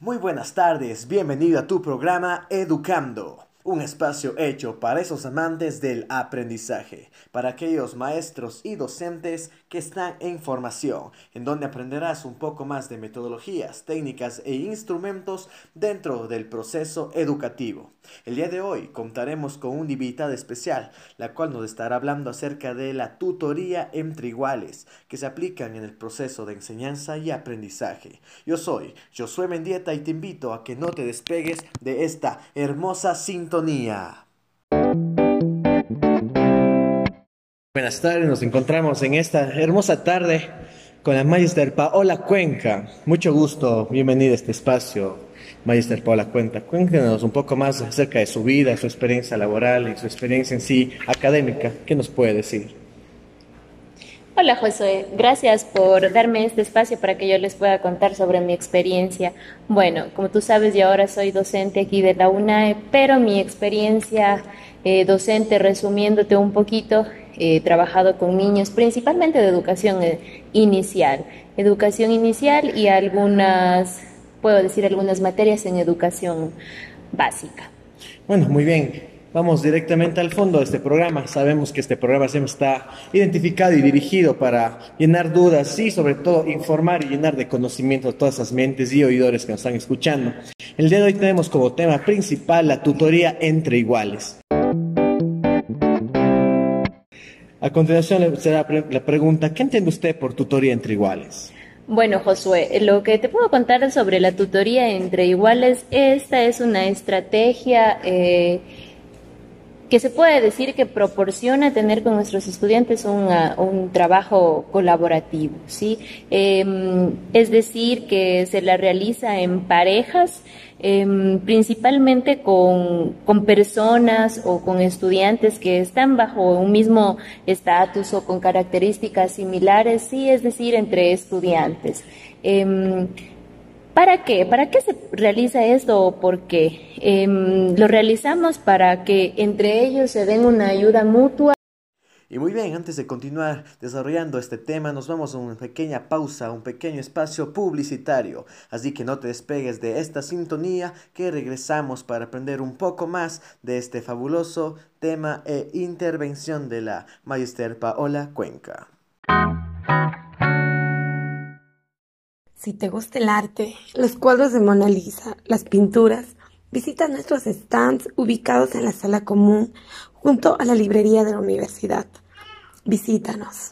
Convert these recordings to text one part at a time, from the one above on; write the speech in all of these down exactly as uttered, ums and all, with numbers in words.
Muy buenas tardes, bienvenido a tu programa Educando, un espacio hecho para esos amantes del aprendizaje, para aquellos maestros y docentes que están en formación, en donde aprenderás un poco más de metodologías, técnicas e instrumentos dentro del proceso educativo. El día de hoy contaremos con una invitada especial, la cual nos estará hablando acerca de la tutoría entre iguales, que se aplican en el proceso de enseñanza y aprendizaje. Yo soy Josué Mendieta y te invito a que no te despegues de esta hermosa sintonía. Buenas tardes, nos encontramos en esta hermosa tarde con la Magister Paola Cuenca. Mucho gusto, bienvenida a este espacio, Magister Paola Cuenca. Cuéntenos un poco más acerca de su vida, su experiencia laboral y su experiencia en sí académica. ¿Qué nos puede decir? Hola Josué, gracias por darme este espacio para que yo les pueda contar sobre mi experiencia. Bueno, como tú sabes, yo ahora soy docente aquí de la UNAE, pero mi experiencia eh, docente, resumiéndote un poquito, he trabajado con niños principalmente de educación eh, inicial, educación inicial y algunas, puedo decir, algunas materias en educación básica. Bueno, muy bien. Vamos directamente al fondo de este programa. Sabemos que este programa siempre está identificado y dirigido para llenar dudas y sobre todo informar y llenar de conocimiento a todas esas mentes y oidores que nos están escuchando. El día de hoy tenemos como tema principal la tutoría entre iguales. A continuación será la pregunta, ¿qué entiende usted por tutoría entre iguales? Bueno, Josué, lo que te puedo contar sobre la tutoría entre iguales, esta es una estrategia eh, que se puede decir que proporciona tener con nuestros estudiantes una, un trabajo colaborativo, ¿sí? Eh, es decir, que se la realiza en parejas, eh, principalmente con, con personas o con estudiantes que están bajo un mismo estatus o con características similares, sí, es decir, entre estudiantes. Eh, ¿Para qué? ¿Para qué se realiza esto o por qué? Eh, lo realizamos para que entre ellos se den una ayuda mutua. Y muy bien, antes de continuar desarrollando este tema, nos vamos a una pequeña pausa, un pequeño espacio publicitario. Así que no te despegues de esta sintonía, que regresamos para aprender un poco más de este fabuloso tema e intervención de la Magister Paola Cuenca. Si te gusta el arte, los cuadros de Mona Lisa, las pinturas, visita nuestros stands ubicados en la sala común junto a la librería de la universidad. Visítanos.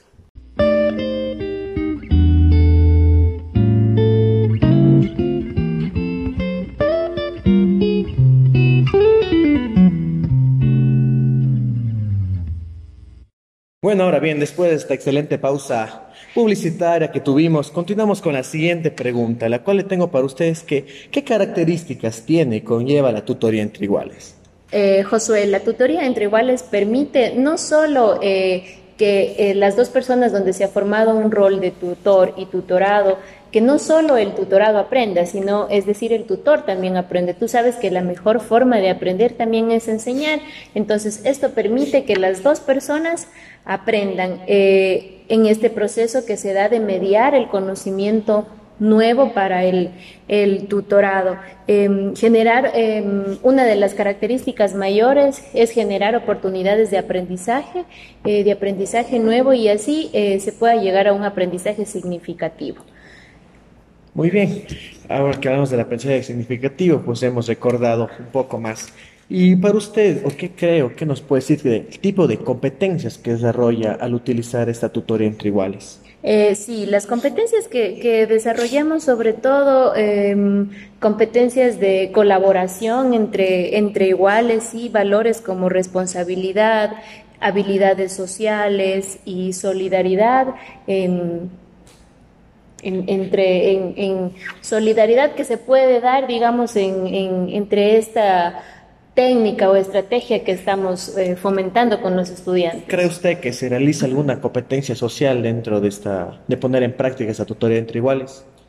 Bueno, ahora bien, después de esta excelente pausa publicitaria que tuvimos, continuamos con la siguiente pregunta, la cual le tengo para ustedes que, ¿qué características tiene y conlleva la tutoría entre iguales? Eh, Josué, la tutoría entre iguales permite no solo eh, que eh, las dos personas donde se ha formado un rol de tutor y tutorado, que no solo el tutorado aprenda, sino, es decir, el tutor también aprende. Tú sabes que la mejor forma de aprender también es enseñar. Entonces, esto permite que las dos personas aprendan eh, en este proceso que se da de mediar el conocimiento nuevo para el, el tutorado. Eh, generar, eh, una de las características mayores es generar oportunidades de aprendizaje, eh, de aprendizaje nuevo y así eh, se pueda llegar a un aprendizaje significativo. Muy bien, ahora que hablamos del aprendizaje significativo, pues hemos recordado un poco más. Y para usted, ¿o qué creo, qué nos puede decir del tipo de competencias que desarrolla al utilizar esta tutoría entre iguales? Eh, sí, las competencias que, que desarrollamos, sobre todo eh, competencias de colaboración entre, entre iguales y valores como responsabilidad, habilidades sociales y solidaridad. Eh, En, entre, en, en solidaridad que se puede dar, digamos, en, en, entre esta técnica o estrategia que estamos eh, fomentando con los estudiantes. ¿Cree usted que se realiza alguna competencia social dentro de esta, de poner en práctica esta tutoría entre iguales?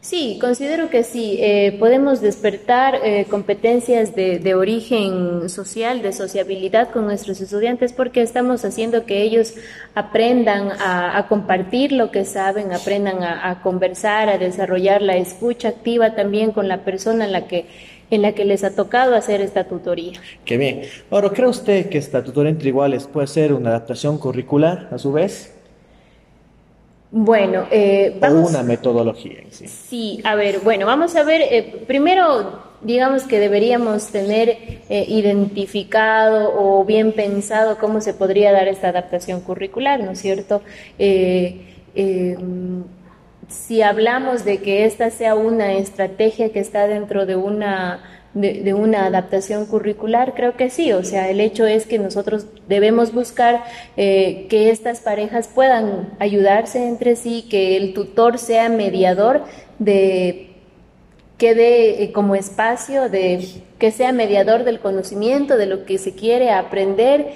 Sí, considero que sí. Eh, podemos despertar eh, competencias de, de origen social, de sociabilidad con nuestros estudiantes, porque estamos haciendo que ellos aprendan a, a compartir lo que saben, aprendan a, a conversar, a desarrollar la escucha activa también con la persona en la que, en la que les ha tocado hacer esta tutoría. Qué bien. Ahora, ¿cree usted que esta tutoría entre iguales puede ser una adaptación curricular a su vez? Bueno, eh, vamos... O una metodología en sí. Sí, a ver, bueno, vamos a ver, eh, primero, digamos que deberíamos tener eh, identificado o bien pensado cómo se podría dar esta adaptación curricular, ¿no es cierto? Eh, eh, si hablamos de que esta sea una estrategia que está dentro de una... De, de una adaptación curricular, creo que sí, o sea, el hecho es que nosotros debemos buscar eh, que estas parejas puedan ayudarse entre sí, que el tutor sea mediador de que dé eh, como espacio, de que sea mediador del conocimiento, de lo que se quiere aprender.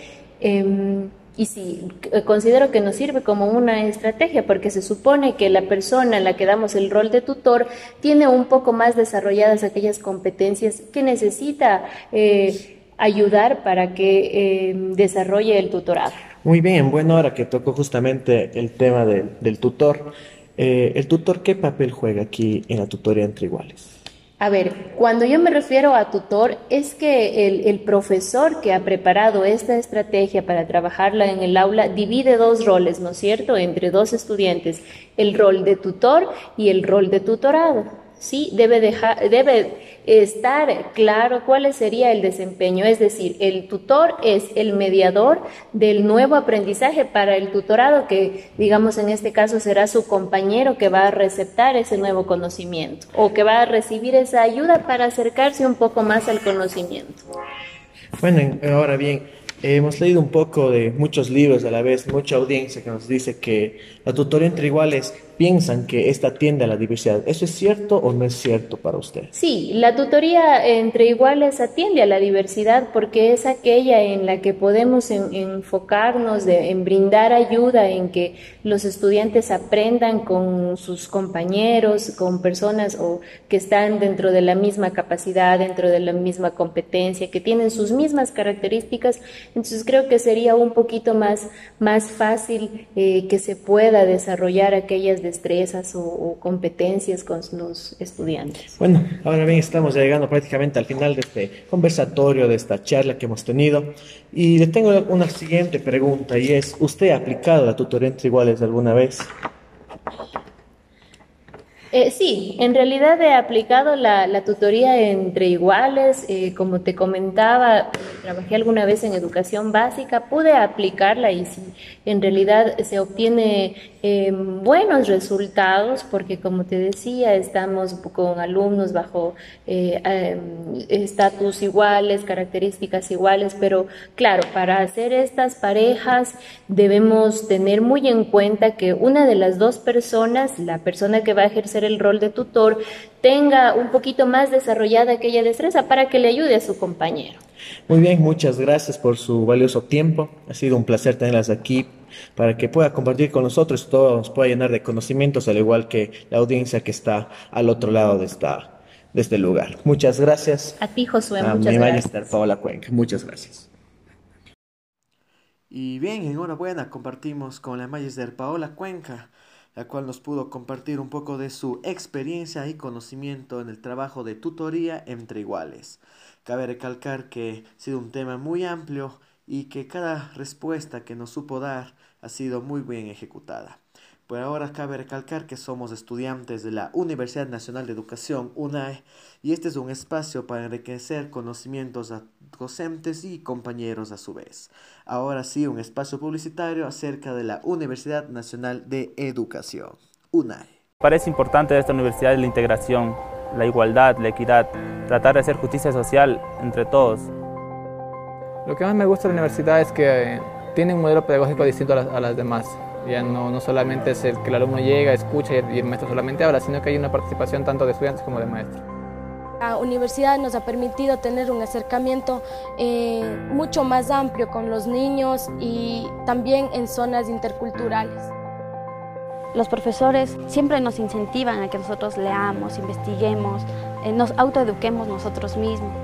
Eh, Y sí, considero que nos sirve como una estrategia porque se supone que la persona a la que damos el rol de tutor tiene un poco más desarrolladas aquellas competencias que necesita eh, ayudar para que eh, desarrolle el tutorado. Muy bien, bueno, ahora que tocó justamente el tema del, del tutor, eh, ¿el tutor qué papel juega aquí en la tutoría entre iguales? A ver, cuando yo me refiero a tutor, es que el, el profesor que ha preparado esta estrategia para trabajarla en el aula divide dos roles, ¿no es cierto?, entre dos estudiantes, el rol de tutor y el rol de tutorado. Sí, debe, dejar, debe estar claro cuál sería el desempeño, es decir, el tutor es el mediador del nuevo aprendizaje para el tutorado, que digamos en este caso será su compañero que va a receptar ese nuevo conocimiento o que va a recibir esa ayuda para acercarse un poco más al conocimiento. Bueno, ahora bien, eh, hemos leído un poco de muchos libros a la vez, mucha audiencia que nos dice que la tutoría entre iguales piensan que esta atiende a la diversidad. ¿Eso es cierto o no es cierto para usted? Sí, la tutoría entre iguales atiende a la diversidad porque es aquella en la que podemos en, enfocarnos de, en brindar ayuda, en que los estudiantes aprendan con sus compañeros, con personas o que están dentro de la misma capacidad, dentro de la misma competencia, que tienen sus mismas características. Entonces creo que sería un poquito más, más fácil eh, que se pueda desarrollar aquellas destrezas o, o competencias con los estudiantes. Bueno, ahora bien, estamos llegando prácticamente al final de este conversatorio, de esta charla que hemos tenido, y le tengo una siguiente pregunta, y es, ¿usted ha aplicado la tutoría entre iguales alguna vez? Eh, sí, en realidad he aplicado la, la tutoría entre iguales, eh, como te comentaba, trabajé alguna vez en educación básica, pude aplicarla y sí, en realidad se obtiene eh, buenos resultados porque como te decía, estamos con alumnos bajo estatus eh, eh, iguales, características iguales, pero claro, para hacer estas parejas debemos tener muy en cuenta que una de las dos personas, la persona que va a ejercer el rol de tutor, tenga un poquito más desarrollada aquella destreza para que le ayude a su compañero. Muy bien, muchas gracias por su valioso tiempo. Ha sido un placer tenerlas aquí para que pueda compartir con nosotros, todo nos pueda llenar de conocimientos, al igual que la audiencia que está al otro lado de, esta, de este lugar. Muchas gracias. A ti, Josué, a muchas mi gracias. Magister Paola Cuenca. Muchas gracias. Y bien, enhorabuena, compartimos con la Magister Paola Cuenca, la cual nos pudo compartir un poco de su experiencia y conocimiento en el trabajo de tutoría entre iguales. Cabe recalcar que ha sido un tema muy amplio y que cada respuesta que nos supo dar ha sido muy bien ejecutada. Por ahora cabe recalcar que somos estudiantes de la Universidad Nacional de Educación, U N A E, y este es un espacio para enriquecer conocimientos a docentes y compañeros a su vez. Ahora sí, un espacio publicitario acerca de la Universidad Nacional de Educación, U N A E. Parece importante de esta universidad la integración, la igualdad, la equidad, tratar de hacer justicia social entre todos. Lo que más me gusta de la universidad es que tiene un modelo pedagógico distinto a las, a las demás. Ya no, no solamente es el que el alumno llega, escucha y el maestro solamente habla, sino que hay una participación tanto de estudiantes como de maestros. La universidad nos ha permitido tener un acercamiento eh, mucho más amplio con los niños y también en zonas interculturales. Los profesores siempre nos incentivan a que nosotros leamos, investiguemos, eh, nos autoeduquemos nosotros mismos.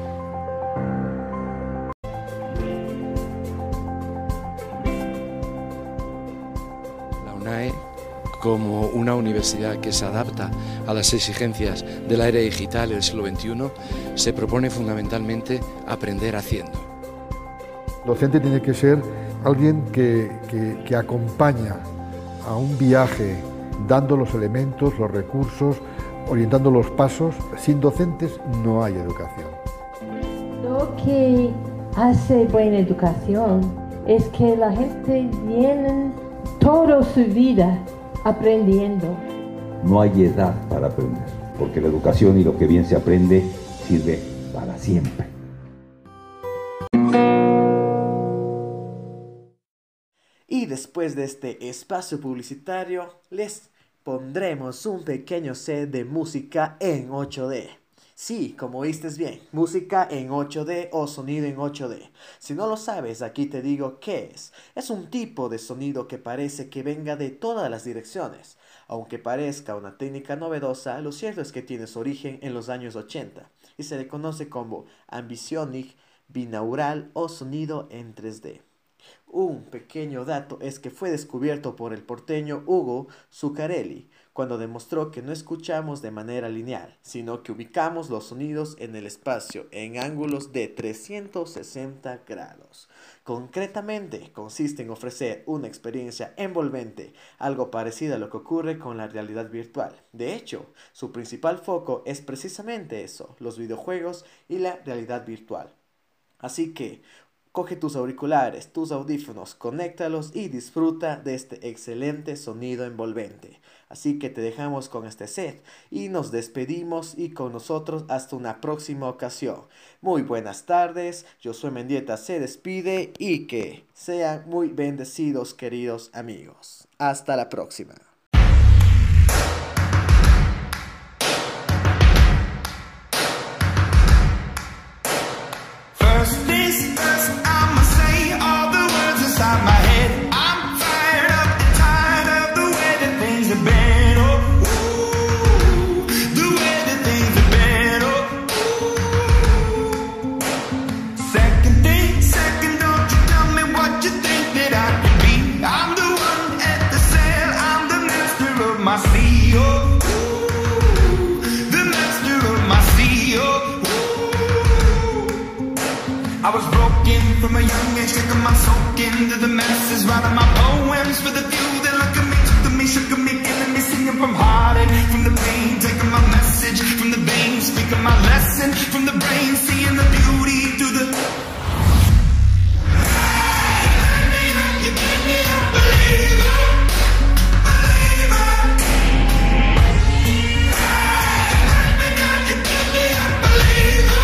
La UNAE, como una universidad que se adapta a las exigencias de la era digital del siglo veintiuno, se propone fundamentalmente aprender haciendo. El docente tiene que ser alguien que, que, que acompaña a un viaje, dando los elementos, los recursos, orientando los pasos. Sin docentes no hay educación. Lo que hace buena educación es que la gente viene toda su vida aprendiendo. No hay edad para aprender, porque la educación y lo que bien se aprende sirve para siempre. Y después de este espacio publicitario, les pondremos un pequeño set de música en ocho D. Sí, como oíste bien, música en ocho D o sonido en ocho D. Si no lo sabes, aquí te digo qué es. Es un tipo de sonido que parece que venga de todas las direcciones. Aunque parezca una técnica novedosa, lo cierto es que tiene su origen en los años ochenta y se le conoce como ambisonic, binaural o sonido en tres D. Un pequeño dato es que fue descubierto por el porteño Ugo Zuccarelli, cuando demostró que no escuchamos de manera lineal, sino que ubicamos los sonidos en el espacio en ángulos de trescientos sesenta grados. Concretamente, consiste en ofrecer una experiencia envolvente, algo parecido a lo que ocurre con la realidad virtual. De hecho, su principal foco es precisamente eso, los videojuegos y la realidad virtual. Así que, coge tus auriculares, tus audífonos, conéctalos y disfruta de este excelente sonido envolvente. Así que te dejamos con este set y nos despedimos y con nosotros hasta una próxima ocasión. Muy buenas tardes, Josué Mendieta se despide y que sean muy bendecidos, queridos amigos. Hasta la próxima. I was broken from a young age, taking my soak into the masses, writing my poems for the few that look at me, took to me, shook at me, killing me, singing from heartache, from the pain, taking my message from the veins, speaking my lesson from the brain, seeing the beauty through the... You gave me a believer, believer. You gave me a believer.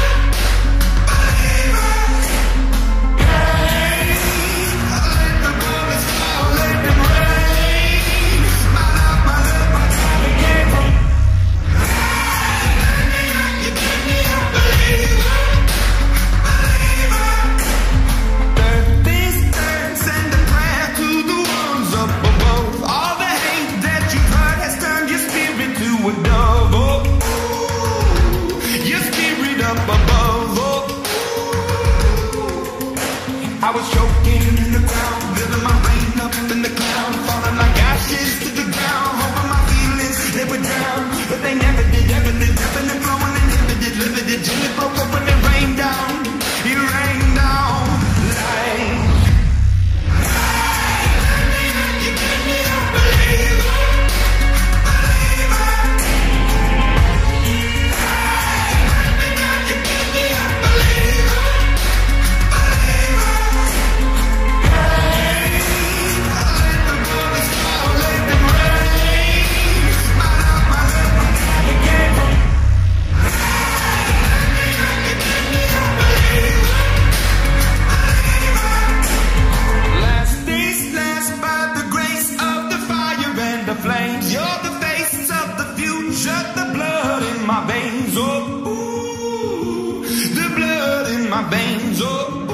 I was choking in the ground, living my rain up in the cloud, falling like ashes to the ground, hoping my feelings, they would drown, but they never did, ever did, ebbing and flowing, inhibited, limited, till it broke up when it rained down, it rained down like... You gave me a believer, believer. You gave me a believer. Flames, you're the face of the future, the blood in my veins, oh, ooh, the blood in my veins, oh,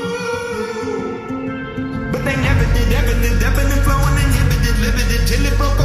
ooh. But they never did, ever did, ebbing and flowing, inhibited, limited, till it broke